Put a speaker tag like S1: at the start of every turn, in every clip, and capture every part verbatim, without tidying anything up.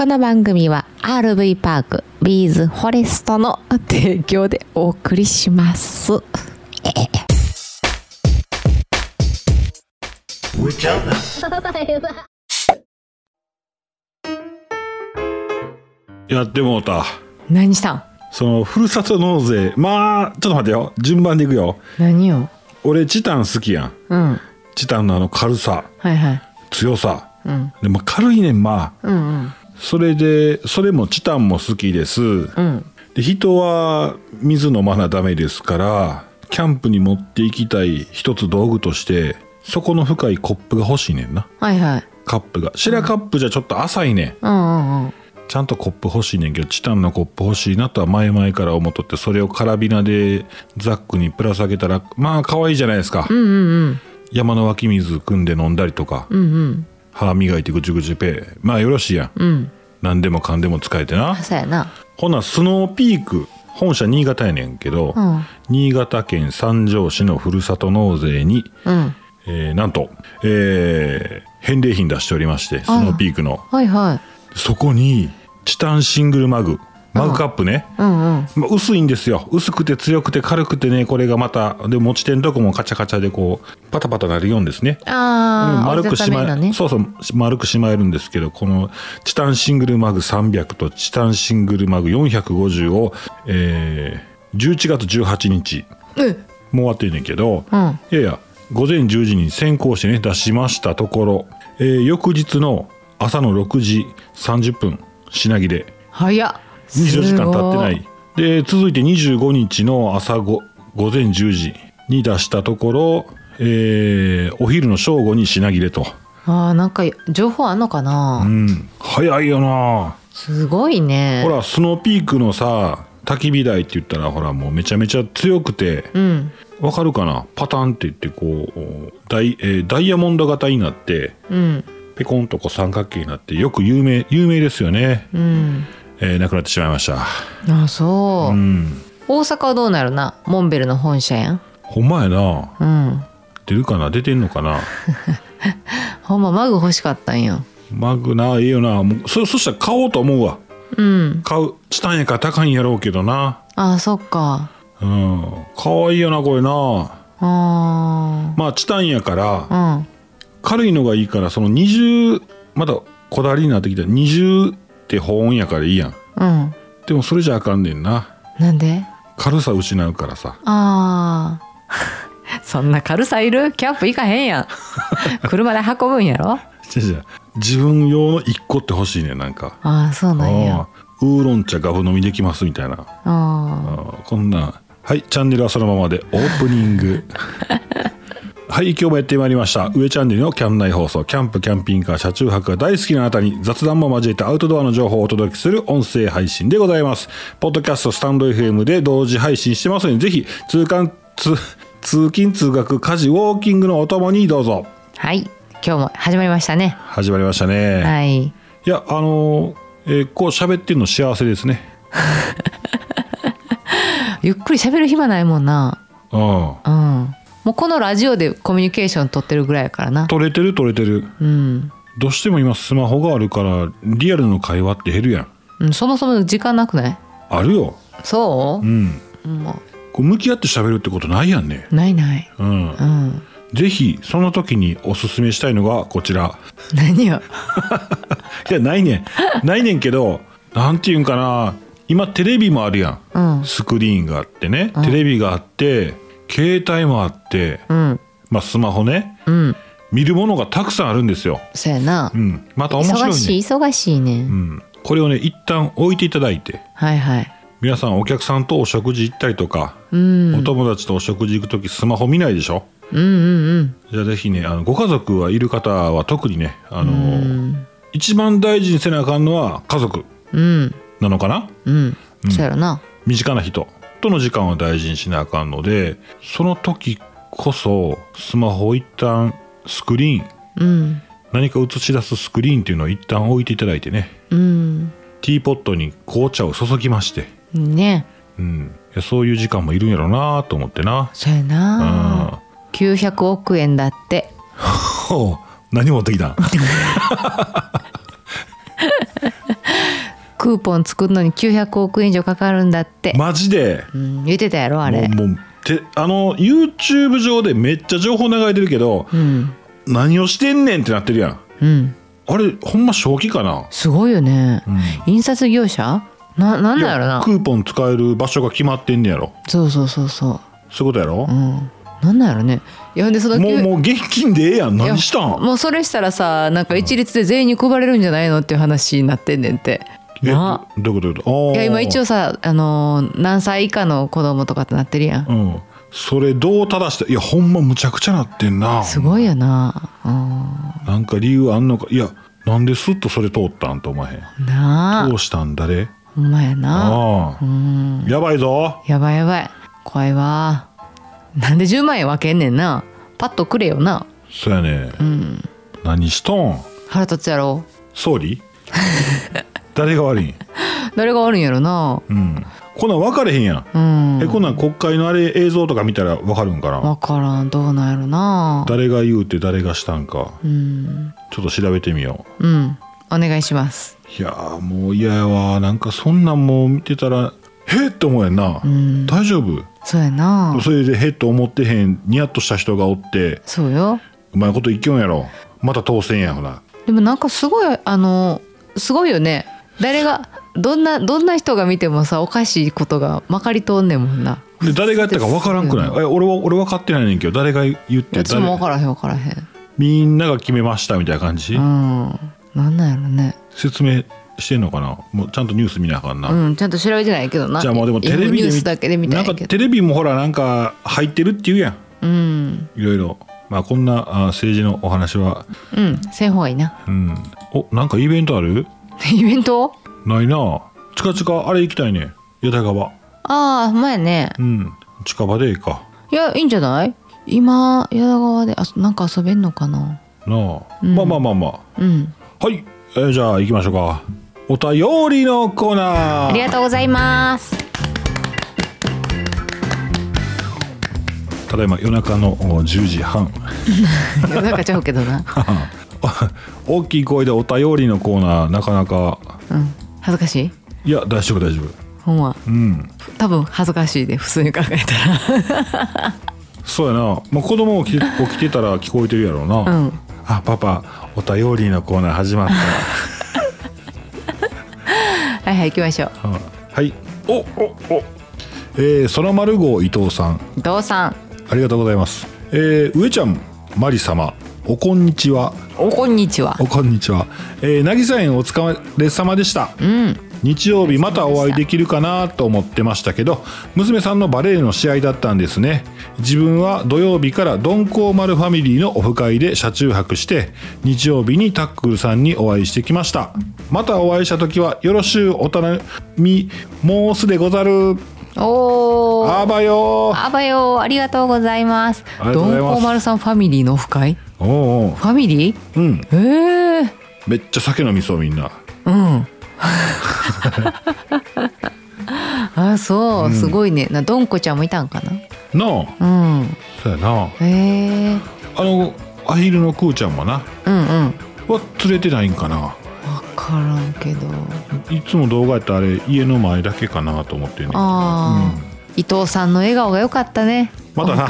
S1: この番組は アールブイ パークビーズフォレストの提供でお送りします。
S2: やってもうた。
S1: 何したん？
S2: そのふるさと納税、まあちょっと待ってよ、順番でいくよ。
S1: 何よ。
S2: 俺チタン好きやん。
S1: うん。
S2: チタンのあの軽さ、
S1: はいはい、
S2: 強さ、
S1: うん、
S2: でも軽いねん。まあ、
S1: うんうん、
S2: それでそれもチタンも好きです、うん、で人は水飲まなダメですから、キャンプに持っていきたい一つ道具として底の深いコップが欲しいねんな。
S1: はいはい。
S2: カップがシェラカップじゃちょっと浅いね、
S1: うんうんうん、
S2: ちゃんとコップ欲しいねんけど、チタンのコップ欲しいなとは前々から思っとって、それをカラビナでザックにプラス上げたらまあ可愛いじゃないですか、
S1: うんうんうん、山
S2: の湧き水汲んで飲んだりとか、
S1: うんうん、
S2: 歯磨いてぐちゅぐちゅペー、まあよろしいやん、うん、何でもかんでも使えてな。
S1: そうやな。
S2: ほなスノーピーク本社新潟やねんけど、うん、新潟県三条市のふるさと納税に、うん、えー、なんと、えー、返礼品出しておりまして、スノーピークの、
S1: はいはい、
S2: そこにチタンシングルマグマグカップね、うんうんまあ、薄いんですよ。薄くて強くて軽くてね、これがまたで持ち手のとこもカチャカチャでこうパタパタなるようんですね。
S1: あ、
S2: うん、丸くしまえ、ね、そうそう丸くしまえるんですけど、このチタンシングルマグさんびゃくとチタンシングルマグよんひゃくごじゅうを、えー、じゅういちがつじゅうはちにち、うん、もう終わってんねんけど、うん、いやいやごぜんじゅうじに先行してね出しましたところ、えー、翌日の朝のろくじさんじゅっぷん品切れ。
S1: 早っ。
S2: にじゅうよじかん経ってない。で続いてにじゅうごにちの朝ご午前じゅうじに出したところ、えー、お昼の正午に品切れと。
S1: あー、なんか情報あんのかな。
S2: うん、早いよな。
S1: すごいね。
S2: ほらスノーピークのさ焚き火台って言ったら、ほらもうめちゃめちゃ強くて、うん、わかるかな、パタンって言ってこうダイ、えー、ダイヤモンド型になって、うん、ペコンとこう三角形になってよく有名有名ですよね、うん、えー、亡くなってしまいました。
S1: あ、そう、うん、大阪はどうなるな。モンベルの本社やん。
S2: ほんまやな、うん、出るかな、出てんのかな
S1: ほんまマグ欲しかったんよ。
S2: マグな、いいよな。もう そ, そしたら買おうと思うわ、うん、買う。チタンやから高いんやろうけどな。
S1: あ、そっか、
S2: うん、かわいいよなこれな。あ、まあチタンやから、うん、軽いのがいいから、そのにじゅうまだこだわりになってきたにじゅうって保温やからいいやん、うん、でもそれじゃあかんねんな。
S1: なんで？
S2: 軽さ失うからさ。
S1: あそんな軽さいる？キャンプ行かへんやん車で運ぶんやろ。
S2: じゃじゃ自分用のいっこって欲しいねん。なんか、
S1: ああ、そうなんや。
S2: ウーロン茶ガブ飲みできますみたいな。ああ、こんな。はい、チャンネルはそのままでオープニングはい、今日もやってまいりました上チャンネルのキャン内放送。キャンプ、キャンピングカー、車中泊が大好きなあなたに雑談も交えたアウトドアの情報をお届けする音声配信でございます。ポッドキャスト、スタンド エフエム で同時配信してますので、ぜひ通勤通通勤通学家事ウォーキングのお供にどうぞ。
S1: はい、今日も始まりましたね。
S2: 始まりましたね。はい。いや、あのーえー、こう喋ってるの幸せですね
S1: ゆっくり喋る暇ないもんな。うん、うん、もうこのラジオでコミュニケーション取ってるぐらいやからな。
S2: 取れてる取れてる、うん、どうしても今スマホがあるからリアルの会話って減るやん、
S1: うん、そもそも時間なくない？
S2: あるよ。
S1: そう、うん、
S2: うん、こう向き合って喋るってことないやんね。
S1: ないない、うん、うん、
S2: ぜひその時におすすめしたいのがこちら。
S1: 何よ
S2: いや、ないねんないねんけど、なんていうんかな、今テレビもあるやん、うん、スクリーンがあってね、テレビがあって携帯もあって、うん、まあスマホね、うん、見るものがたくさんあるんですよ。
S1: そうやな、
S2: うん、また面白いね。
S1: 忙しい忙しいね、うん、
S2: これをね一旦置いていただいて、
S1: はいはい、
S2: 皆さんお客さんとお食事行ったりとか、うん、お友達とお食事行くときスマホ見ないでしょ。うんうんうん、じゃあぜひね、あのご家族はいる方は特にね、あのー、一番大事にせなあかんのは家族なのかな、うんうんうん、そうやろな。身近な人との時間を大事にしなあかんので、その時こそスマホを一旦スクリーン、うん、何か映し出すスクリーンっていうのを一旦置いていただいてね、うん、ティーポットに紅茶を注ぎましてね、うん、いやそういう時間もいるんやろうなと思ってな。
S1: そうやな、うん、きゅうひゃくおくえんだって
S2: 何持ってきたん
S1: クーポン作るのにきゅうひゃくおくえん以上かかるんだって。
S2: マジで、
S1: うん、言ってたやろあれ。
S2: もうもうてあの YouTube 上でめっちゃ情報流れてるけど、うん、何をしてんねんってなってるやん、うん、あれほんま正気かな。
S1: すごいよね、うん、印刷業者な、なんだろうな。
S2: クーポン使える場所が決まってんねやろ。
S1: そうそうそうそう
S2: そういうことやろ、うん、
S1: なんなんやろね。いやでその
S2: もうもう現金でええやん。何したん。
S1: もうそれしたらさ、なんか一律で全員に配れるんじゃないのっていう話になってんねんって。な
S2: えどういうこと。
S1: いや今一応さ、あのー、何歳以下の子供とかってなってるやん、
S2: うん、それどう正して。いやほんまむちゃくちゃなってんな。
S1: すごいよな、うん、
S2: なんか理由あんのか。いやなんでスッとそれ通ったんと思わへんな。通したん誰。
S1: ほんまやな。
S2: うん、やばいぞ。
S1: やばいやばい、怖いわ。なんでじゅうまんえん分けんねんな。パッとくれよな。
S2: そうやね、うん、何しとん。
S1: 腹立つやろ
S2: 総理誰が悪いん。
S1: 誰が悪いんやろな、
S2: うん、こんなん分かれへんやん、うん、えこんなん国会のあれ映像とか見たら分かるんかな。
S1: 分からん、どうなんやろな。
S2: 誰が言うて誰がしたんか、うん、ちょっと調べてみよ
S1: う。うんお願いします。
S2: いやもう嫌やわ。なんかそんなんもう見てたらへっって思うやんな、うん、大丈夫。
S1: そうやな。
S2: それでへっと思ってへんニヤッとした人がおって。
S1: そうよ、
S2: うまいこといきよんやろ。また当選やほな。
S1: でもなんかすごいあのすごいよね。誰がどんなどんな人が見てもさおかしいことがまかり通んねんもんな。
S2: で誰がやったか分からんくない。え俺は俺分かってないねんけど誰が言って
S1: 私も分からへん分からへん。
S2: みんなが決めましたみたいな感じ。うん
S1: なんなんやろね。
S2: 説明してんのかな。もうちゃんとニュース見なあかんな。
S1: うんちゃんと調べてないけどな。
S2: じゃあもうでもテレビで
S1: ニュースだけで見たいけど。
S2: なんかテレビもほらなんか入ってるって言うやん。うんいろいろ。まあこんなあ政治のお話は
S1: うんせんほうがいいな。
S2: うんおなんかイベントある。
S1: イベント
S2: ないな。近々あれ行きたいね。矢田川。
S1: ああほんまやね。
S2: うん近場でいいか。
S1: いやいいんじゃない。今矢田川であなんか遊べんのかな。
S2: なあ、うん、まあまあまあまあうんはい、えー、じゃあ行きましょうか。お便りのコーナー。
S1: ありがとうございます。
S2: ただいま夜中のじゅうじはん
S1: 夜中ちゃうけどな
S2: 大きい声でお便りのコーナーなかなか、
S1: うん、恥ずかしい。
S2: いや大丈夫大丈夫。
S1: ほんま、うん、多分恥ずかしいで普通に考えたら
S2: そうやな、まあ、子供起きて、起きてたら聞こえてるやろうな、うん、あパパお便りのコーナー始まった
S1: はいはい行きましょう。
S2: はいおおおえー、空丸号伊藤さん
S1: 伊藤さん
S2: ありがとうございます。えー、上ちゃんマリ様おこんにちは。
S1: おこんにちは。
S2: おこんにちは。えー、渚園お疲れ様でした、うん、日曜日またお会いできるかなと思ってましたけど娘さんのバレーの試合だったんですね。自分は土曜日から鈍行丸ファミリーのオフ会で車中泊して日曜日にタックルさんにお会いしてきました。またお会いした時はよろしゅうお頼み申すでござる。
S1: お
S2: ーあばよ
S1: あばよありがとうございます。鈍行丸さんファミリーのオフ会。おうおうファミリー。うん
S2: へえめっちゃ酒飲みそうみんな。うん
S1: あそう、うん、すごいね。などんこちゃんもいたんかな。
S2: なあうんそうやな。へえあのアヒルのクーちゃんもなうんうんは連れてないんかな。
S1: 分からんけど
S2: いつも動画やったらあれ家の前だけかなと思ってね。
S1: あ、うん、伊藤さんの笑顔が良かったね。
S2: またな、うん、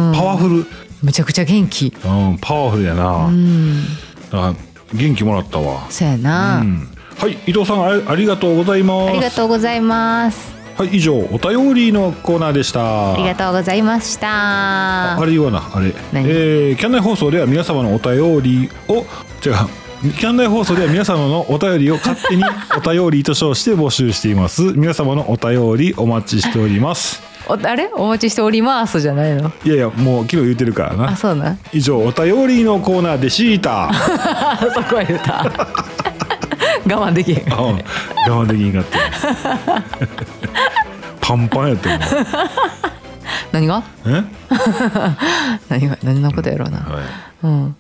S2: パワフル
S1: めちゃくちゃ元気、
S2: うん、パワフルやな、うん、だから元気もらったわ。
S1: そうやな、うん、
S2: はい伊藤さん あ, ありがとうございます。
S1: ありがとうございます。
S2: はい以上お便りのコーナーでした。
S1: ありがとうございました。
S2: あ, あれ言わなあれ、えー、キャンナイ放送では皆様のお便りを違うキャンナイ放送では皆様のお便りを勝手にお便りと称して募集しています。皆様のお便りお待ちしております。
S1: おあれお待ちしておりますじゃないの。
S2: いやいやもう昨日言ってるからな。
S1: あそうな。
S2: 以上お便りのコーナーでした
S1: そこは言った我慢できへん、うん、我
S2: 慢できへんかったパンパンやったよ
S1: 何がえ何が何のことやろうな、はいうん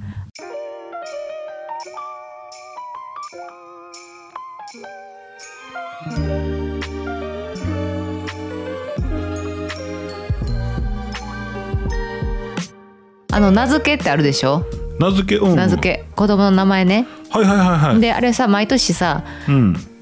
S1: あの名付けってあるでしょ。
S2: 名付け、うん、
S1: 名付け子供の名前ね。
S2: はいはいはいはい。
S1: であれさ毎年さ、うん、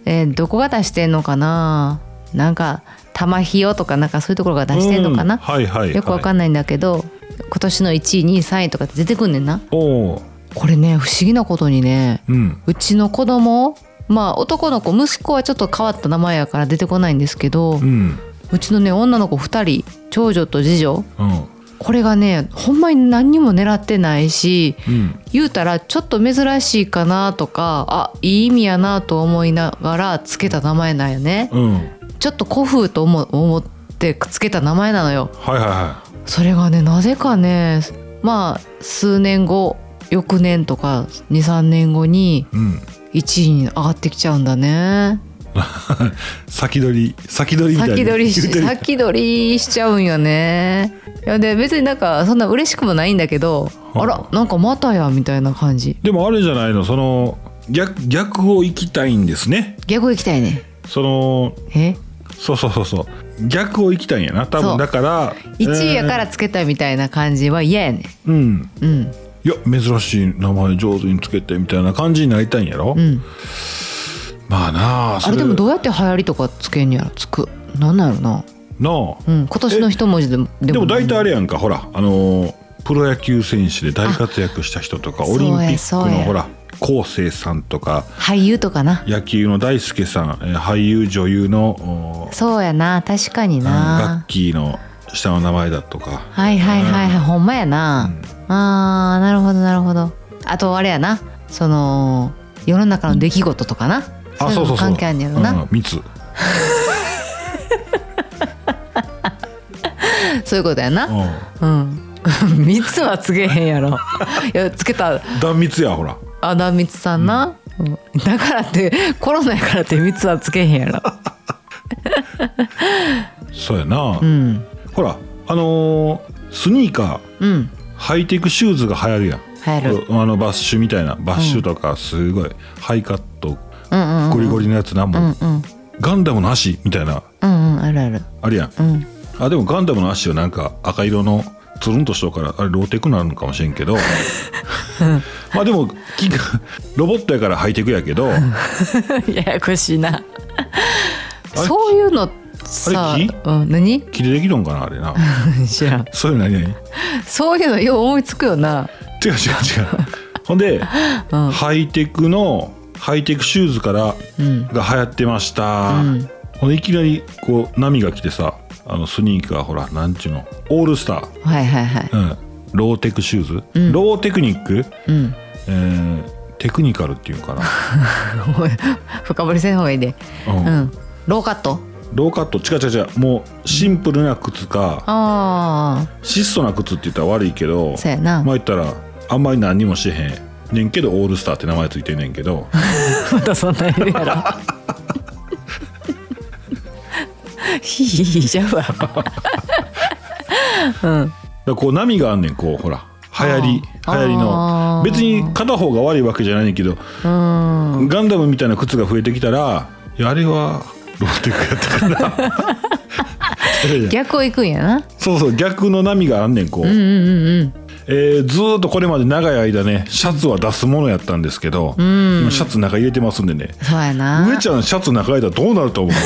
S1: えー、どこが出してんのかな、なんか玉ひよとかなんかそういうところが出してんのかな、
S2: うん、はいはいはい、
S1: よくわかんないんだけど、今年のいちいにいさんいとか出てくんねんな。
S2: お
S1: これね不思議なことにね、
S2: うん、
S1: うちの子供、まあ男の子息子はちょっと変わった名前やから出てこないんですけど、うん、うちのね女の子ふたり、長女と次女、うん、これがねほんまに何にも狙ってないし、うん、言うたらちょっと珍しいかなとか、あいい意味やなと思いながらつけた名前なんよね、うん、ちょっと古風と思思ってつけた名前なのよ。
S2: はいはいはい。
S1: それがねなぜかね、まあ数年後、翌年とか にさんねんごにいちいに上がってきちゃうんだね、うん、
S2: 先取り先取りみたいな、
S1: 先取りし先取りしちゃうんよね。いやで別になんかそんな嬉しくもないんだけど、あらなんかまたやみたいな感じ。
S2: でもあれじゃないの、その 逆, 逆を行きたいんですね。
S1: 逆を行きたいね。
S2: その
S1: え
S2: そうそうそうそう、逆を行きたいんやな多分。だから
S1: いちいやからつけたみたいな感じは嫌やね。
S2: うんうん、いや珍しい名前上手につけてみたいな感じになりたいんやろ、うん、まあなあ、
S1: あれでもどうやって流行りとかつけんやろ、つくなんなんやろな
S2: なあ、
S1: うん、今年の一文字でも
S2: でも大体あれやんか、ほらあのー、プロ野球選手で大活躍した人とか、オリンピックのほら昴生さんとか、
S1: 俳優とかな、
S2: 野球の大輔さん、俳優女優の
S1: そうやな、確かにな、
S2: ガッキーの下の名前だとか、
S1: はいはいはいはい、ほんまやな、うん、あーなるほどなるほど。あとあれやな、その世の中の出来事とかな、
S2: あそうそうそう、
S1: 関係あんねやろな、
S2: うん、密
S1: そういうことやな、うん、密はつけへんやろいやつけた
S2: 断密や、ほら
S1: あ断密さんな、うん、だからってコロナやからって密はつけへんやろ
S2: そうやな、うん、ほらあのー、スニーカー、うん、ハイテクシューズが流行るやん。
S1: 流行る、
S2: あのバッシュみたいな、バッシュとかすごい、うん、ハイカット、うんうんうん、ゴリゴリのやつなんも、うんうん、ガンダムの足みたいな、
S1: うんうん、あるある
S2: あるやん、うん、あでもガンダムの足はなんか赤色のつるんとしとくからあれローテクなるのかもしれんけどまあでもロボットやからハイテクやけど
S1: ややこしいなそういうのさあれ木、うん、何
S2: 木でできるんかなあれな
S1: 知らん。
S2: そういうの何何
S1: そういうのよう思いつくよな。
S2: 違う違う違うほんで、うん、ハイテクのハイテクシューズから、うん、が流行ってました、うん、ほんでいきなりこう波が来てさ、あのスニーカーほらなんちゅうのオールスター、
S1: はいはいはい、
S2: うん、ローテクシューズ、うん、ローテクニック、うんえー、テクニカルっていうかな
S1: 深掘りせん方がいいで、うんうん、ローカット
S2: ローカット違う違う違う、もうシンプルな靴か、あ質素な靴って言ったら悪いけど、
S1: そうやな、
S2: まあ言ったらあんまり何にもしてへんねんけどオールスターって名前ついてんねんけど
S1: またそんな言うやろひひひちゃうわうん、
S2: だこう波があんねん、こうほら流行り流行りの別に片方が悪いわけじゃないねんけど、ガンダムみたいな靴が増えてきたら、いやあれはローテクやったかな
S1: 逆を行くんやな。
S2: そうそう、逆の波があんねんこう、うんうんうんうんえー、ずーっとこれまで長い間ねシャツは出すものやったんですけど、うん、今シャツ中入れてますんでね。
S1: そうやな、
S2: 上ちゃんシャツ中入れたらどうなると思う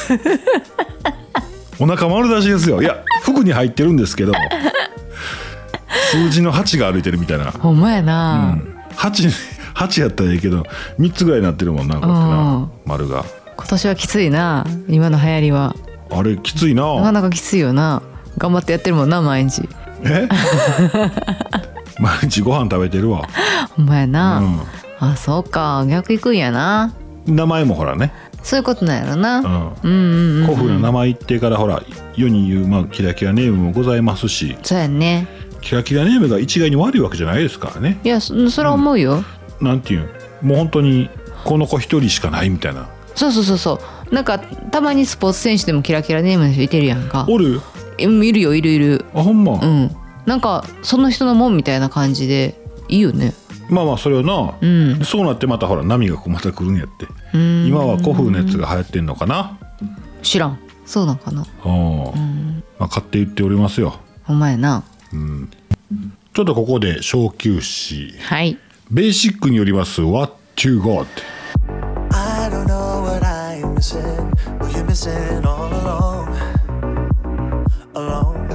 S2: お腹丸出しですよ。いや服に入ってるんですけど数字のはちが歩いてるみたいな。
S1: ほんまやな、うん、
S2: はち, はちやったらいいけどみっつぐらいになってるもんな、こうやってな丸が。今
S1: 年はきついな、今の流行りは。
S2: あれきついな、
S1: なかなかきついよな。頑張ってやってるもんな毎日。
S2: え毎日ご飯食べてるわ。
S1: ほんまやな、うん、あそうか、逆いくんやな。
S2: 名前もほらね、
S1: そういうことなんやろな、うん、うんうんうん
S2: 古風な名前言ってからほら世に言う、まあ、キラキラネームもございますし。
S1: そうやね、
S2: キラキラネームが一概に悪いわけじゃないですからね。
S1: いや そ, それは思うよ、
S2: うん、なんていうもう本当にこの子一人しかないみたいな。
S1: そうそうそうそう、なんかたまにスポーツ選手でもキラキラネームの人いてるやんか。
S2: おる？
S1: いるよいるいる。
S2: あほんま。
S1: うん。なんかその人のもんみたいな感じでいいよね。
S2: まあまあそれはな、うん、そうなってまたほら波がまた来るんやって。今は古風のやつが流行ってんのかな。
S1: 知らん。そうなんかな。あ
S2: あ、うん、まあ買って言っておりますよ。
S1: ほんまやな。
S2: うん。ちょっとここで小休止。
S1: はい。
S2: ベーシックによります What to God。I don't know what I
S3: missing? Were you missing all along? Alone.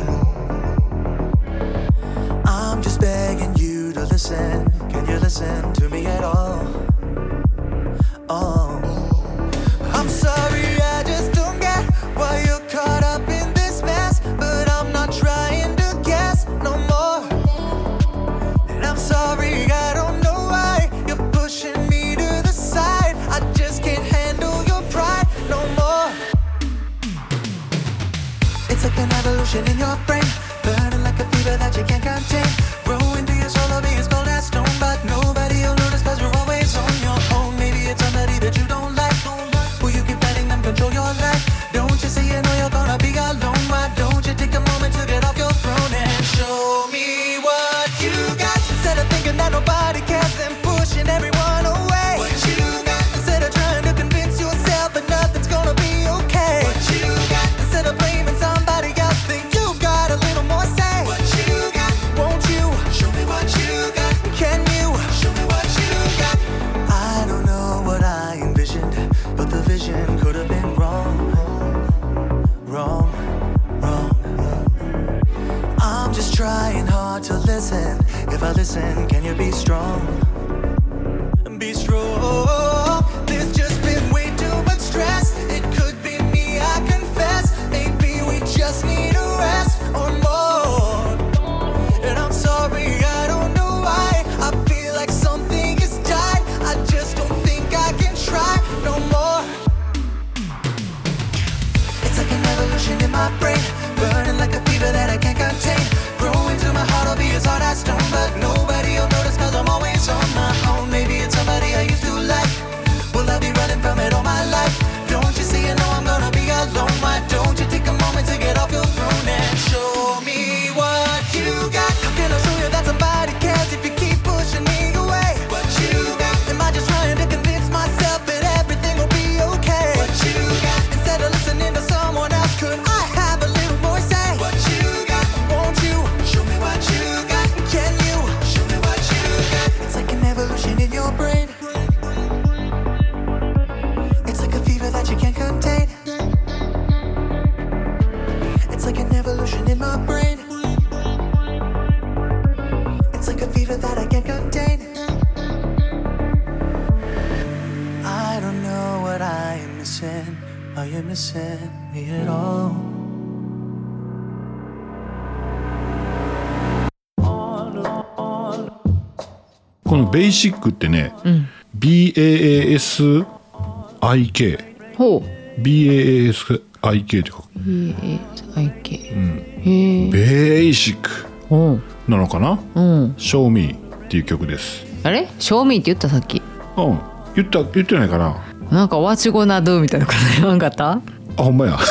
S3: I'm just begging you to listen. Can you listen to me at all? Oh, I'm sorry, I just don't get why you're caught up in this mess. But I'm not trying to guess no more. And I'm sorry, I don't know why you're pushing me to the side. I just can't handle your pride no more. It's like an evolution in your brain, burning like a fever that you can't contain. Growing through your soul, I'll be as cold as stone. But nobody will notice cause you're always on your own. Maybe it's somebody that you don't like. Will you keep letting them control your life? Don't you see you know you're gonna be alone? Why don't you take a moment to get off your throne and show me what you got? Instead of thinking that nobody cares and pushing everyone away. What you got? Instead of trying to convince yourself that nothing's gonna be okay. What you got? Instead of blaming somebody else, think you've got a little more say. What you got? Won't you show me what you got? Can you show me what you got? I don't know what I envisioned, but the vision could have been wrong. Wrong, wrong. I'm just trying hard to listen. If I listen, can you be strong? Be strong. There's just been way too much stress. It could be me, I confess. Maybe we just need a rest or more. And I'm sorry, I don't know why I feel like something has died. I just don't think I can try no more. It's like an evolution in my brain, burning like a fever that I can't contain. Growing through my heart, I'll be as hard as stone. But nobody will notice cause I'm always on my own. Maybe it's somebody I used to like. Will I be running from it all my life? Don't you see you know I'm gonna be alone? Why don't you take a moment to get off your throne and show me what you got? How can I show you that somebody cares if you keep pushing me away? What you got? Am I just trying to convince myself that everything will be okay? What you got? Instead of listening to someone else, could I have a little more say? What you got? Won't you show me what you got? Can you show me what you got? It's like an evolution in your brain. It's like a fever that you can't contain. It's like an evolution in my brain. It's like a fever that I can't contain. I don't know what I am missing. Are you missing me at all?
S2: このベーシックってね、うん、ビーエーエーエスアイケー ほう ビーエーエーエスアイケー って書く ビーエーエーエスアイケー、うん、へーベーシックなのかな、うん、Show Me っていう曲です。
S1: あれ Show Me って言ったさっき。
S2: うん言った言ってないかな。
S1: なんか What you gonna do みたいなこと言わんかった？
S2: あほんまや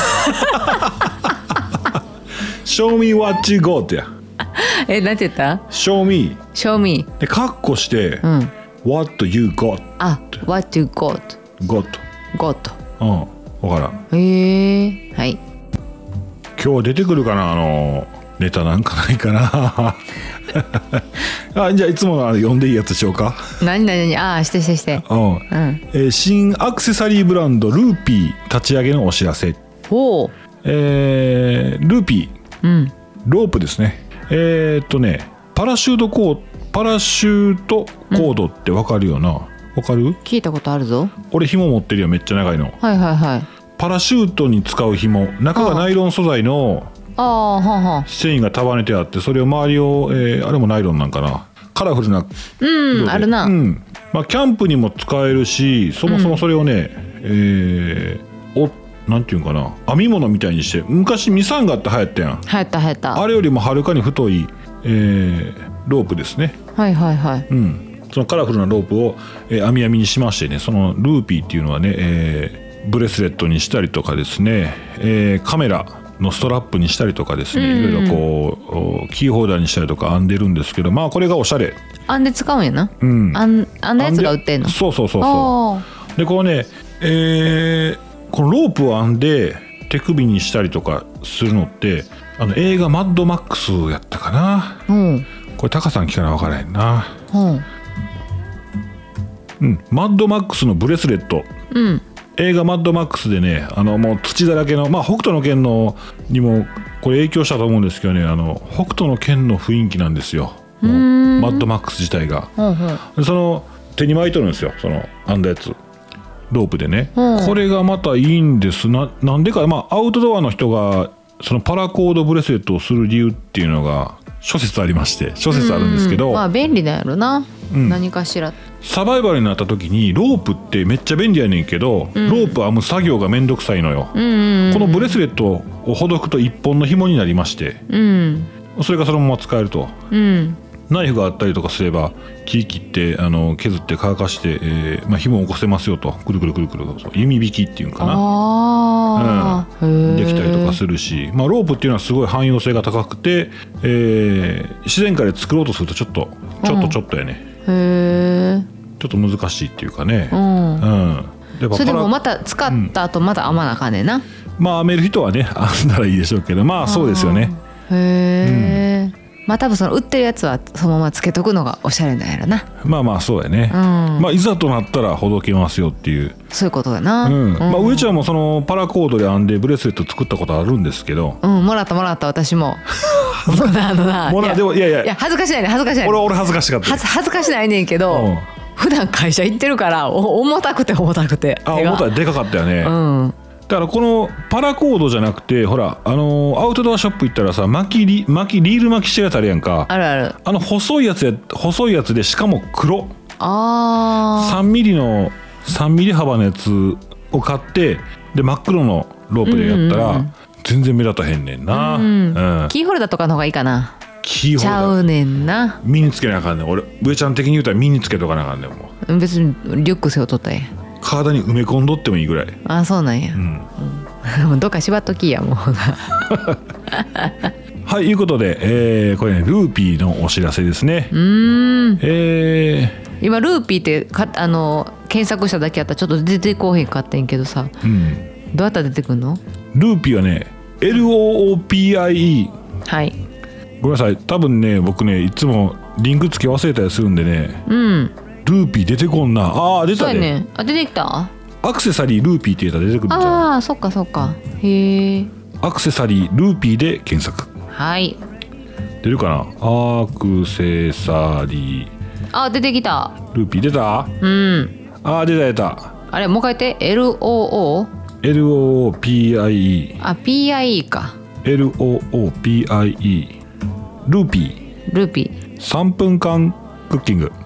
S2: Show me what you got や
S1: えなんて言った？
S2: Show me
S1: Show me
S2: でカッコして、うん、What you got
S1: あ What you got
S2: got
S1: got
S2: うん分からん。
S1: へえはい。
S2: 今日出てくるかなあのネタなんかないかなあじゃあいつも読んでいいやつしようか。
S1: 何何何ああしてしてして、うんうん
S2: えー、新アクセサリーブランドルーピー立ち上げのお知らせ。
S1: お
S2: えー、ルーピー、うん、ロープですね。えー、っとねパラシュートコーパラシュートコードってわかるよな、うん、わかる？
S1: 聞いたことあるぞ。
S2: 俺紐持ってるよめっちゃ長いの。
S1: はいはいはい。
S2: パラシュートに使う紐中がナイロン素材の
S1: ああはは
S2: 繊維が束ねてあってそれを周りを、えー、あれもナイロンなんかなカラフルな
S1: うんあるな、
S2: うんまあ、キャンプにも使えるしそもそもそれをね、うんえー、おなんていうんかな編み物みたいにして昔ミサンガって流行ったやん。
S1: 流行った流行った。
S2: あれよりもはるかに太い、えー、ロープですね。
S1: はいはいはい、
S2: うん、そのカラフルなロープを、えー、編み編みにしましてねそのルーピーっていうのはね、えー、ブレスレットにしたりとかですね、えー、カメラのストラップにしたりとかですね、うん、いろいろこうキーホルダーにしたりとか編んでるんですけどまあこれがおしゃれ
S1: 編んで使うんやな、うん、編んだやつが売ってんの。
S2: そうそうそうそうでこうね、えー、このロープを編んで手首にしたりとかするのってあの映画マッドマックスやったかな、うん、これタカさん聞かな分からへんな、うんうん、マッドマックスのブレスレット映画マッドマックスでね、あのもう土だらけの、まあ、北斗の拳のにもこれ影響したと思うんですけどね、あの北斗の拳の雰囲気なんですよ。もうマッドマックス自体が、うんうん、その手に巻いとるんですよ、その編んだやつロープでね、うん、これがまたいいんです。 な, なんでか、まあ、アウトドアの人がそのパラコードブレスレットをする理由っていうのが諸説ありまして、諸説あるんですけど、
S1: まあ便利なんやろな、うん、何かしら。
S2: サバイバルになった時にロープってめっちゃ便利やねんけど、うん、ロープ編む作業がめんどくさいのよ、うんうんうん、このブレスレットをほどくと一本の紐になりまして、うん、それがそのまま使えると、うん、ナイフがあったりとかすれば木切ってあの削って乾かして、えーまあ、紐を起こせますよと、くるくるくるくる弓引きっていうんかな、あ、うん、できたりとかするし、まあ、ロープっていうのはすごい汎用性が高くて、えー、自然界で作ろうとするとちょっとちょっとちょっとやね、うん、へー、ちょっと難しいっていうかね、うんうん、
S1: でそれでもまた使った後また編まなあかんねんな、うん、
S2: まあ編める人はね編んだらいいでしょうけど、まあそうですよね。
S1: へー、うん、まあ多分その売ってるやつはそのままつけとくのがおしゃれなんやろな。
S2: まあまあそうやね、うん、まあいざとなったらほどけますよっていう、
S1: そういうことだな、
S2: うんうん、まあ上ちゃんもそのパラコードで編んでブレスレット作ったことあるんですけど、
S1: うん、もらったもらった私ももらあのな
S2: もらでもいやいや
S1: いや恥ずかしないね恥ずかしない、
S2: 俺俺恥ずかしかった、
S1: 恥ずかしないねんけど、うん、普段会社行ってるからお重たくて重たくて、
S2: あ重たい、でかかったよね、うん、だからこのパラコードじゃなくてほらあのー、アウトドアショップ行ったらさ巻きリ巻きリール巻きしてるやつあるやんか、あるある、あの細いやつや細いやつでしかも黒、あさんミリのさんミリ幅のやつを買ってで真っ黒のロープでやったら、うんうんうん、全然目立たへんねんな、うんうん、キーホルダーとかの方がいいかな。キーホルダーちゃうねんな、身につけなあかんねん。俺上ちゃん的に言うたら身につけとかなあかんねん。もう別にリュック背負っとったらええ、体に埋め込んどってもいいぐらい。あ、そうなんや、うんうん、どっか縛っときやもうはい、いうことで、えー、これねルーピーのお知らせですね。うーん、えー、今ルーピーってかあの検索しただけやったらちょっと出てこうへんかったんけどさ、うん、どうやったら出てくんの？ルーピーはね エルオーオーピーアイイー、 はい、ごめんなさい、多分ね僕ねいつもリンク付け忘れたりするんでね、うん、ルーピー出てこんな。あー出たね。そうやね。あ、出てきた。アクセサリールーピーって言ったら出てくるんじゃん。ああ、そっかそっか。へえ。アクセサリールーピーで検索。はい。出るかな。アクセサリー。あ、出てきた。ルーピー出た。うん。あー出た出た。あれもう一回言って。 エルオーオー エルオーオーピーアイイー。 あ、ピーアイイー か。 エルオーオーピーアイイー ルーピー。ルーピーさんぷんかんクッキング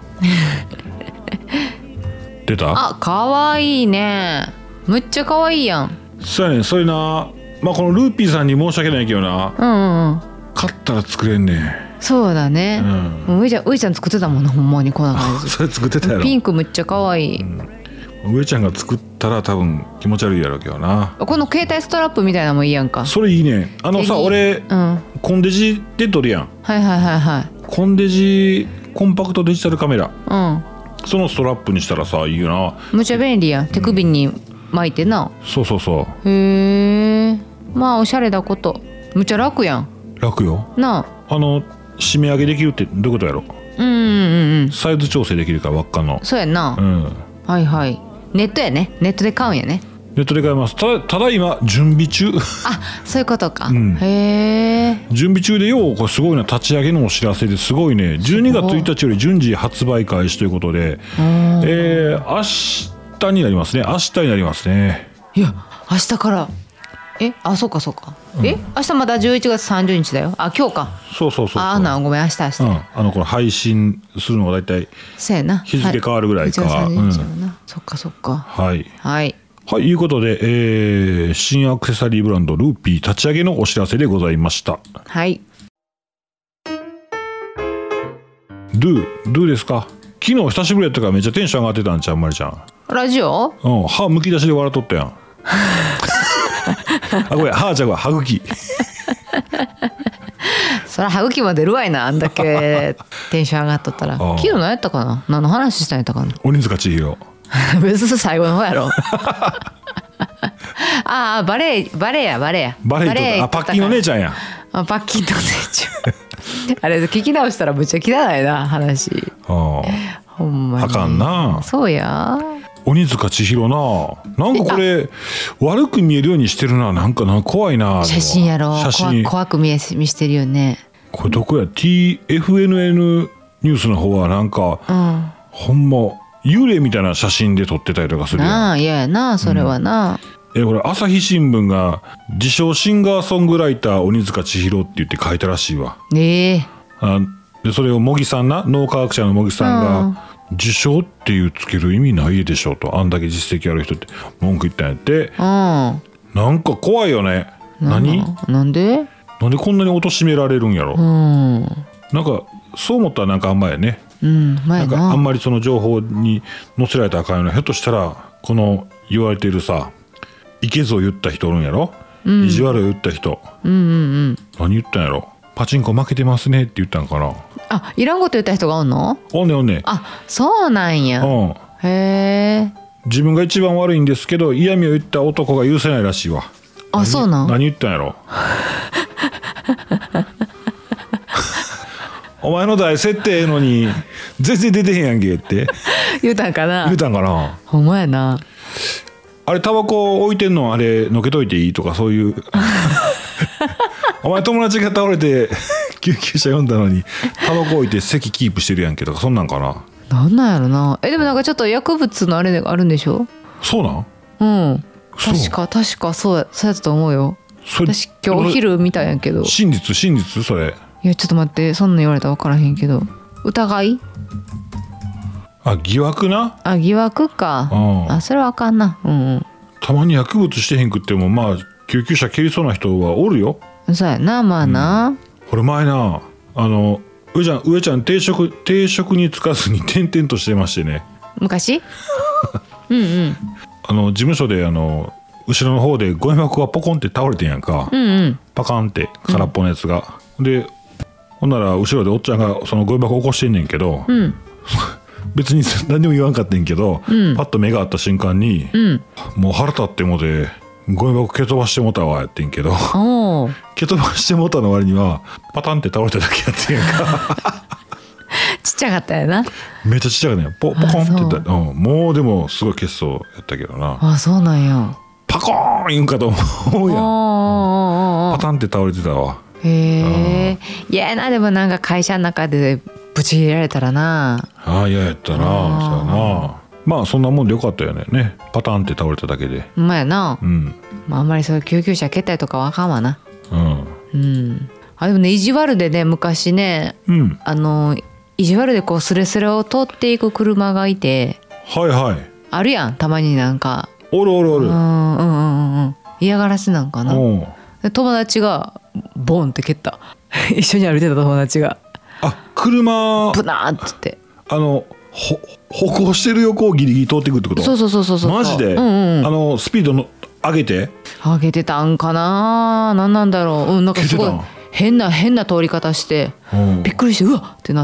S2: 出た。あ、かわいいね。むっちゃかわいいやん。そうやねん。それな、まあこのルーピーさんに申し訳ないけどな、うんうんうん、買ったら作れんねん。そうだね、うん、ういちゃん、ういちゃん作ってたもんな、ほんまにこんな感じ。それ作ってたやろ。ピンクむっちゃかわいい、うん、ういちゃんが作ったら多分気持ち悪いやろうけどな。この携帯ストラップみたいなのもいいやんか。それいいね。あのさ、俺、うん、コンデジで撮るやん。はいはいはいはい。コンデジコンパクトデジタルカメラ、うん、そのストラップにしたらさ、いいよな。むちゃ便利やん。手首に巻いてな、うん、そうそうそう。へえ。まあおしゃれだこと。むちゃ楽やん。楽よなあ。あの締め上げできるってどういうことやろ。うんうんうん。サイズ調整できるから輪っかの。そうやんな、うん、はいはい。ネットやね。ネットで買うんやね。ネットで買います。ただ、ただ今準備中。あ、そういうことか、うん、へえ。準備中で、ようこれすごいな。立ち上げのお知らせですごいね。じゅうにがつついたちより順次発売開始ということで、えー、明日になりますね。明日になりますね。いや、明日から。え、あ、そうかそうか、うん、え、明日まだじゅういちがつさんじゅうにちだよ。あ、今日か。そうそうそうそう。あ、な、ごめん、明日明日、うん、あのこの配信するのがだいたいそうやな、日付変わるぐらいか、はい、うん、そっかそっか。はいはいはい、いうことで、えー、新アクセサリーブランドルーピー立ち上げのお知らせでございました。はい。ドゥドゥですか。昨日久しぶりやったからめっちゃテンション上がってたんちゃう、まりちゃん。ラジオ？うん、歯むき出しで笑っとったやん。あ、ごめん、歯ちゃうわ、歯茎。そら歯茎も出るわいな、あんだけテンション上がっとったら。昨日何やったかな、何の話したんやったかな。鬼塚千尋。別に最後の方やろ。ああ、バレエ、バレエや、バレエや。バレエとか、あ、パッキンお姉ちゃんや。あ、パッキンとお姉ちゃん。あれ聞き直したらむっちゃ汚いな話。ほんまに。あかんな。そうや。 鬼塚千尋な、なんかこれ悪く見えるようにしてるな、なんかな怖いな。
S1: 写真やろ、
S2: 写真
S1: 怖く見え見してるよね。
S2: これどこや ティーエフエヌエヌ ニュースの方はなんか、うん、ほんま幽霊みたいな写真で撮ってたりとかするやん
S1: なあ。いややなそれはな、
S2: うん、えこれ朝日新聞が自称シンガーソングライター鬼塚千尋って言って書いたらしいわ。
S1: ええ
S2: ー、あでそれを茂木さんな、脳科学者の茂木さんが、うん、受賞っていうつける意味ないでしょと、あんだけ実績ある人って文句言ったんやって、うん、なんか怖いよね。何
S1: なんで
S2: なんでこんなに貶められるんやろ、うん、なんかそう思ったらなんかあんまやね、うん、なんかあんまりその情報に載せられたらあかんよな。ひょっとしたらこの言われてるさ、いけぞ言った人おるんやろ、うん、意地悪言った人、うんうんうん、何言ったんやろ、パチンコ負けてますねって言ったんかな。
S1: あ、いらんこと言った人がおんの？
S2: おんねんおんねん。
S1: あ、そうなんや、うん、へえ。自
S2: 分が一番悪いんですけど嫌味を言った男が許せないらしいわ。
S1: あ、そうなん？
S2: 何言ったんやろお前の大設定のに全然出てへんやんけって
S1: 言うたんかな。
S2: 言うたんかな。
S1: ほんまやな。
S2: あれタバコ置いてんのあれのけといていいとかそういうお前友達が倒れて救急車呼んだのにタバコ置いて席キープしてるやんけとかそんなんかな。
S1: なんなんやろな。えでもなんかちょっと薬物のあれあるんでしょ。
S2: そうなん？
S1: うん、確か確かそうやそうやったと思うよ。私今日お昼見たんやけど。
S2: 真実真実それ。
S1: いやちょっと待って、そんなん言われたら分からへんけど。疑い？
S2: あ、疑惑な。
S1: あ、疑惑か、うん、あそれはあかんな、うんうん、
S2: たまに薬物してへんくってもまあ救急車蹴りそうな人はおるよ。
S1: そうやな、まあな、うん、
S2: これ前なあの上ちゃん上ちゃん定職定職に就かずに転々としてましてね
S1: 昔うんうん
S2: あの事務所であの後ろの方でゴミ箱がポコンって倒れてんやんか、うんうん、パカンって空っぽのやつが、うん、でほんなら後ろでおっちゃんがそのゴミ箱起こしてんねんけど、うん、別に何でも言わんかったんけど、うん、パッと目が合った瞬間に、うん、もう腹立ってもでゴミ箱蹴飛ばしてもたわやってんけど蹴飛ばしてもたの割にはパタンって倒れただけやってんやんか
S1: ちっちゃかったよな。
S2: めっちゃちっちゃかったね。ポポコンって言ったら、うん、もうでもすごい血相やったけどな。
S1: あ、そうなんや。
S2: パコーン言うんかと思うやん。パタンって倒れてたわ。
S1: へえ。いやな、でもなんか会社の中でブチ切れられたらな。
S2: ああ、嫌やったな。そうやな。まあそんなもんでよかったよね。パタンって倒れただけで。
S1: ほんまやな。うん。まああんまりそういう救急車蹴ったりとかはあかんわな。うん。うん。あ、でもね、意地悪でね、昔ね、うん、あの意地悪でこうスレスレを通っていく車がいて。
S2: はいはい。
S1: あるやん、たまになんか。
S2: おるおるおる。うん
S1: うんうんうん。嫌がらせなんかな。で友達がボンって蹴った一緒に歩いてた友達が。
S2: あ、車
S1: ブナーってって
S2: あのほ歩行してる横をギリギリ通っていくってこと？
S1: そうそうそうそうそう。
S2: マジで、うんうん、あのスピードの上げて
S1: 上げてたんかな。何なんだろう、うん、なんかすごい変な変な通り方して、うん、びっくりしてうわってなって、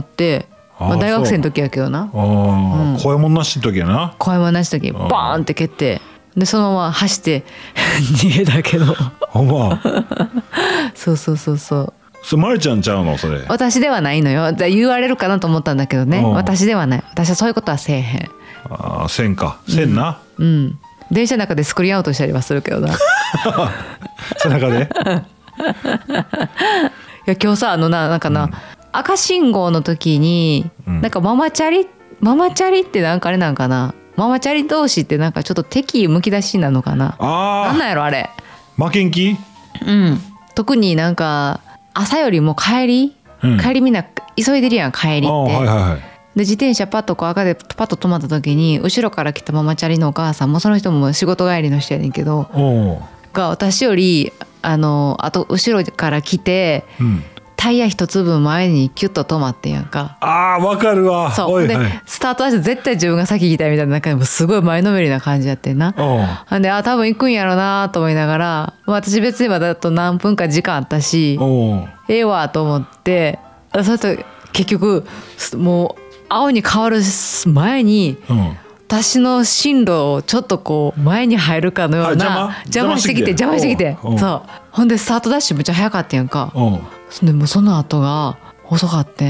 S1: まあ、大学生の時やけどな。あ、
S2: うん、怖いもんなしの時やな。
S1: 怖いもんなしの時バーンって蹴ってでそのまま走って逃げたけど
S2: ほんま
S1: そうそうそうそう。
S2: それマリちゃんちゃうのそれ？
S1: 私ではないのよ。言われるかなと思ったんだけどね、私ではない。私はそういうことはせえへん。
S2: ああ、せんかせんな、うん、うん、
S1: 電車の中でスクリーンアウトしたりはするけどな
S2: 背中で
S1: いや今日さあのななんかな、うん、赤信号の時に、うん、なんかママチャリママチャリってなんかあれなんかな、ママチャリ同士ってなんかちょっと敵むき出しなのかな。あ、なんなんやろあれ。
S2: 負けん気？
S1: うん。特になんか朝よりも帰り、うん、帰りみんな急いでるやん帰りって。はいはいはい。で自転車パッとこう赤でパッと止まった時に後ろから来たママチャリのお母さんもその人も仕事帰りの人やねんけどが私よりあのあと後ろから来て、うん、タイヤ一つ分前にキュッと止まってんやんか。
S2: あーわかるわ。
S1: そうで、はい、スタートは絶対自分が先来たいみたいな中でもすごい前のめりな感じやってんな。なんであ多分行くんやろなと思いながら、私別にまだあと何分か時間あったしええわと思ってそれと結局もう青に変わる前に、うん、私の進路をちょっとこう前に入るかのような邪魔してきて邪魔してきてそうほんでスタートダッシュめっちゃ早かったやんか。でもその後が遅かってん。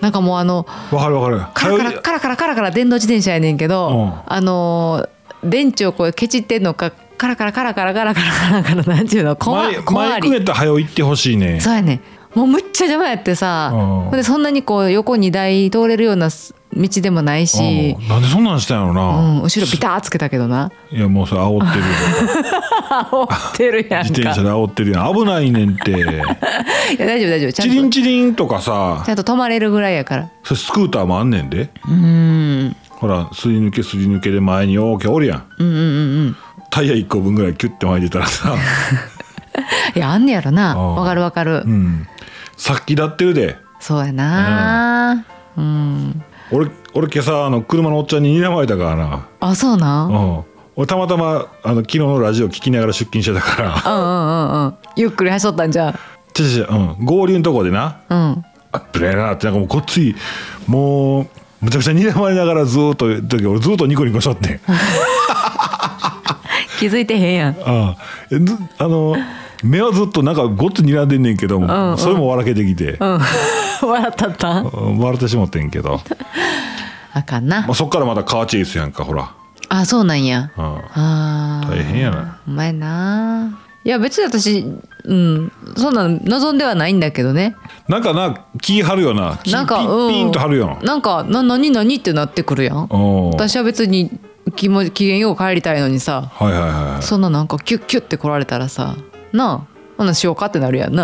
S1: なんかもうあの
S2: わかるわかる
S1: カラカラカラカラカラカラ電動自転車やねんけど、うん、あの電池をこうケチってんのかカラカラカラカラカラカラカラカラなんていうの小回り
S2: 前くねったら早う行ってほしいね。
S1: そうやねもうむっちゃ邪魔やってさ、うん、でそんなにこう横に台通れるような道でもないし、
S2: うん、なんでそんなんしたんやろな、
S1: うん、後ろビターつけたけどな。
S2: いやもうそれ煽ってるよ
S1: 煽ってるやんか。
S2: 自転車で煽ってるやん。危ないねんっていや
S1: 大丈夫大丈夫。
S2: チリンチリンとかさ
S1: ちゃんと止まれるぐらいやから。
S2: それスクーターもあんねんで。
S1: うーん
S2: ほらすり抜けすり抜けで前に大きいおるやん。
S1: うんうんうんうん
S2: タイヤいっこぶんぐらいキュッて巻いてたらさ
S1: いやあんねやろな。わかるわかる、うん、
S2: さっきだってるで。
S1: そうやな、うん、うん、
S2: 俺俺今朝あの車のおっちゃんに睨まれたからな。
S1: あそうなん、
S2: うん、俺たまたまあの昨日のラジオ聞きながら出勤してたから
S1: うんうんうんうんゆっくり走っとったんじゃん。
S2: ちょちょ、うん、合流のとこでな、うん、あっぶれーなってなんかもうこっちもうむちゃくちゃ睨まれながらずっと時俺ずっとニコニコしとって
S1: 気づいてへんやん。
S2: ああの目はずっとなんかごっつ睨んでんねんけども、うんうん、それも笑けてきて、うん、
S1: 笑ったった、
S2: うん、笑ってしまってんけど
S1: あかんな、
S2: まあ、そっからまたカーチェイスやんかほら。
S1: あそうなんや、
S2: うん、あ大変やな。
S1: お前ないや別に私うんそんな望んではないんだけどね。
S2: なんかな気張るよな。
S1: なんか
S2: ピン、うん、ピンと張るよ
S1: なんかな何何ってなってくるやん。私は別に気も機嫌よう帰りたいのにさ、
S2: はいはいはい、
S1: そんななんかキュッキュッって来られたらさなあほなしようかってなるやんな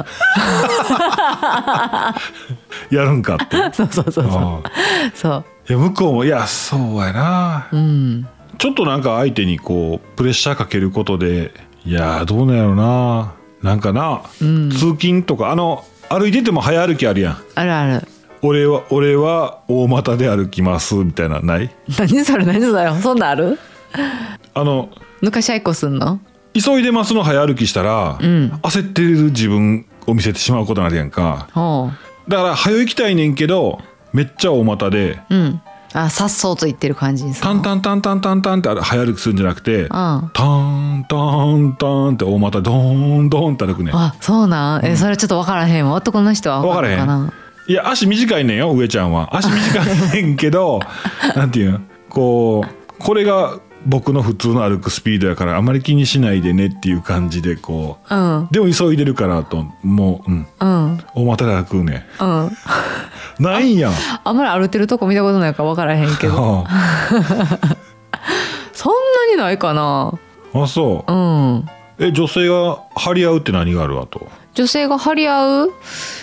S2: やるんかって
S1: そうそうそうそうそう
S2: いや向こうもいやそうやな、うん、ちょっとなんか相手にこうプレッシャーかけることでいやどうなんやろななんかな、うん、通勤とかあの歩いてても早歩きあるやん。
S1: あるある。
S2: 俺は俺は大股で歩きますみたいなない？
S1: 何それ何それそんなある？
S2: あの
S1: 抜かし合いっこすんの？
S2: 急いでますの早歩きしたら、うん、焦ってる自分を見せてしまうことになるやんか。だから早行きたいねんけどめっちゃ大股で、
S1: うん、あさっそうと言ってる感じに
S2: タンタンタンタンタンタンって早歩きするんじゃなくて、うん、タンタンタンって大股ドーンドーンって歩くねん。
S1: あそうなん、えそれちょっと分からへんわ。男の人は分からへんかな。
S2: いや足短いねんよ上ちゃんは。足短いねんけどなんていうのこうこれが僕の普通の歩くスピードやからあまり気にしないでねっていう感じでこう、うん、でも急いでるからともう、うんうん、大股で歩くね、うん、ないんやん。あ,
S1: あんまり歩いてるとこ見たことないから分からへんけどそんなにないかな。
S2: あそう、うん、え女性が張り合うって何があるわと。
S1: 女性が張り合う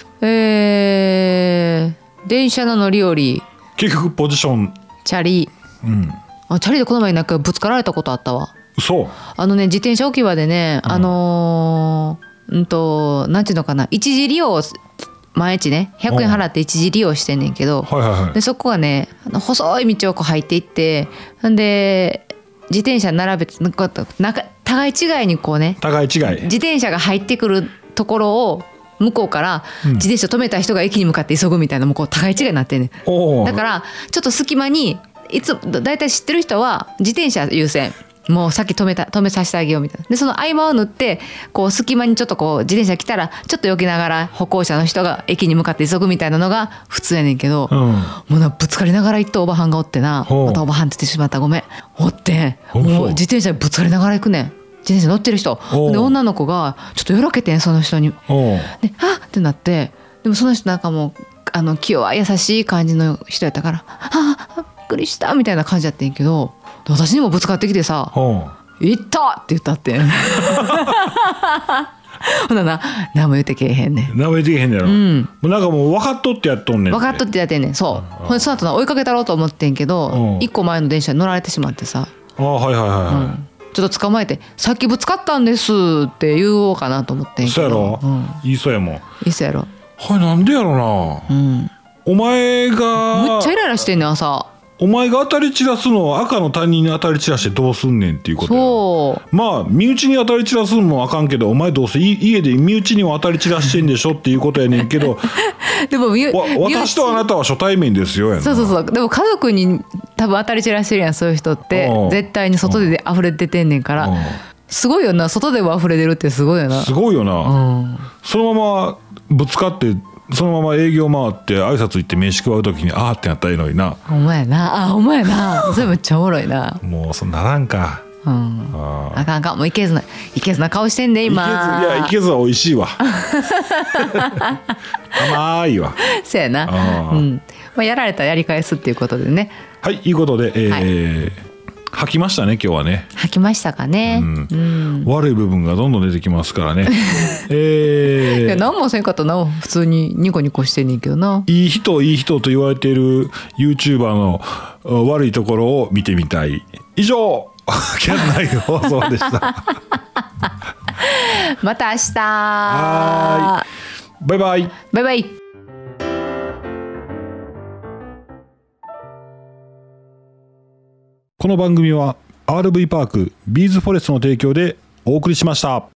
S1: えー、電車の乗り降り
S2: 結局ポジション
S1: チャリ、うん、あチャリでこの前なんかぶつかられたことあったわ。
S2: そう
S1: あのね自転車置き場でね、うん、あのー、うんとなんていうのかな一時利用毎日ねひゃくえん払って一時利用してんねんけど、はいはいはい、でそこがね細い道をこう入っていってんで自転車並べてなんか互い違いにこうね
S2: 互い違い
S1: 自転車が入ってくるところを向こうから自転車止めた人が駅に向かって急ぐみたいなもうこう互い違いになってんねん。だからちょっと隙間にいつだいたい知ってる人は自転車優先もうさっき止めた止めさせてあげようみたいなでその合間を縫ってこう隙間にちょっとこう自転車来たらちょっと避けながら歩行者の人が駅に向かって急ぐみたいなのが普通やねんけど、うん、もうなぶつかりながら行ったおばはんがおってなまたおばはんって言ってしまったごめんおってもう自転車にぶつかりながら行くねん。自転車乗ってる人で女の子がちょっとよろけてんその人にであっってなってでもその人なんかもうあの気弱優しい感じの人やったからあっびっくりしたみたいな感じやってんけど私にもぶつかってきてさ行ったって言ったってほなな何も言ってけえへんねん。
S2: 何も言ってけえへんねやろ、うん、もうなんかもう分かっとってやっとんねん。
S1: 分かっとってやってんねんそうほんでその後な追いかけたろうと思ってんけど一個前の電車に乗られてしまってさ
S2: あはいはいはいはい、うん
S1: ちょっと捕まえてさっきぶつかったんですって言おうかなと思ってんけど。
S2: そうやろ、うん、言いそうやもん。
S1: 言いそうやろ。
S2: はいなんでやろな、うん、お前が
S1: むっちゃイライラしてんねん朝。
S2: お前が当たり散らすのを赤の他人に当たり散らしてどうすんねんっていうことや。そうまあ身内に当たり散らすのもあかんけどお前どうせ家で身内にも当たり散らしてんでしょっていうことやねんけどでも私とあなたは初対面ですよやな。
S1: そうそうそうでも家族に多分当たり散らしてるやんそういう人って絶対に外で溢れててんねんからすごいよな外でも溢れてるってすごいよな。
S2: すごいよな、うん、そのままぶつかってそのまま営業回って挨拶行って飯食う時にあーってなったらいいのにな。
S1: ほんまやな、あほんまやな、それめっちゃおもろいな。
S2: もうそんならんか。
S1: うん、ああかんあかん、もういけずないけずな顔してんね今。
S2: いけず、いやいけずは美味しいわ甘いわ。
S1: そうやな、うん、まあ、やられたらやり返すっていうことでね。
S2: はい、いいことで、えーはい、吐きましたね今日はね。
S1: 吐きましたかね、うんうん、
S2: 悪い部分がどんどん出てきますからねえー、
S1: いや何もせんかったな、普通にニコニコしてんねんけどな。
S2: いい人いい人と言われている YouTuber の悪いところを見てみたい。以上キャンナイ放送でした
S1: また明日。
S2: はい、バイバイ
S1: バイバイ。
S2: この番組は アールブイ パークビーズフォレストの提供でお送りしました。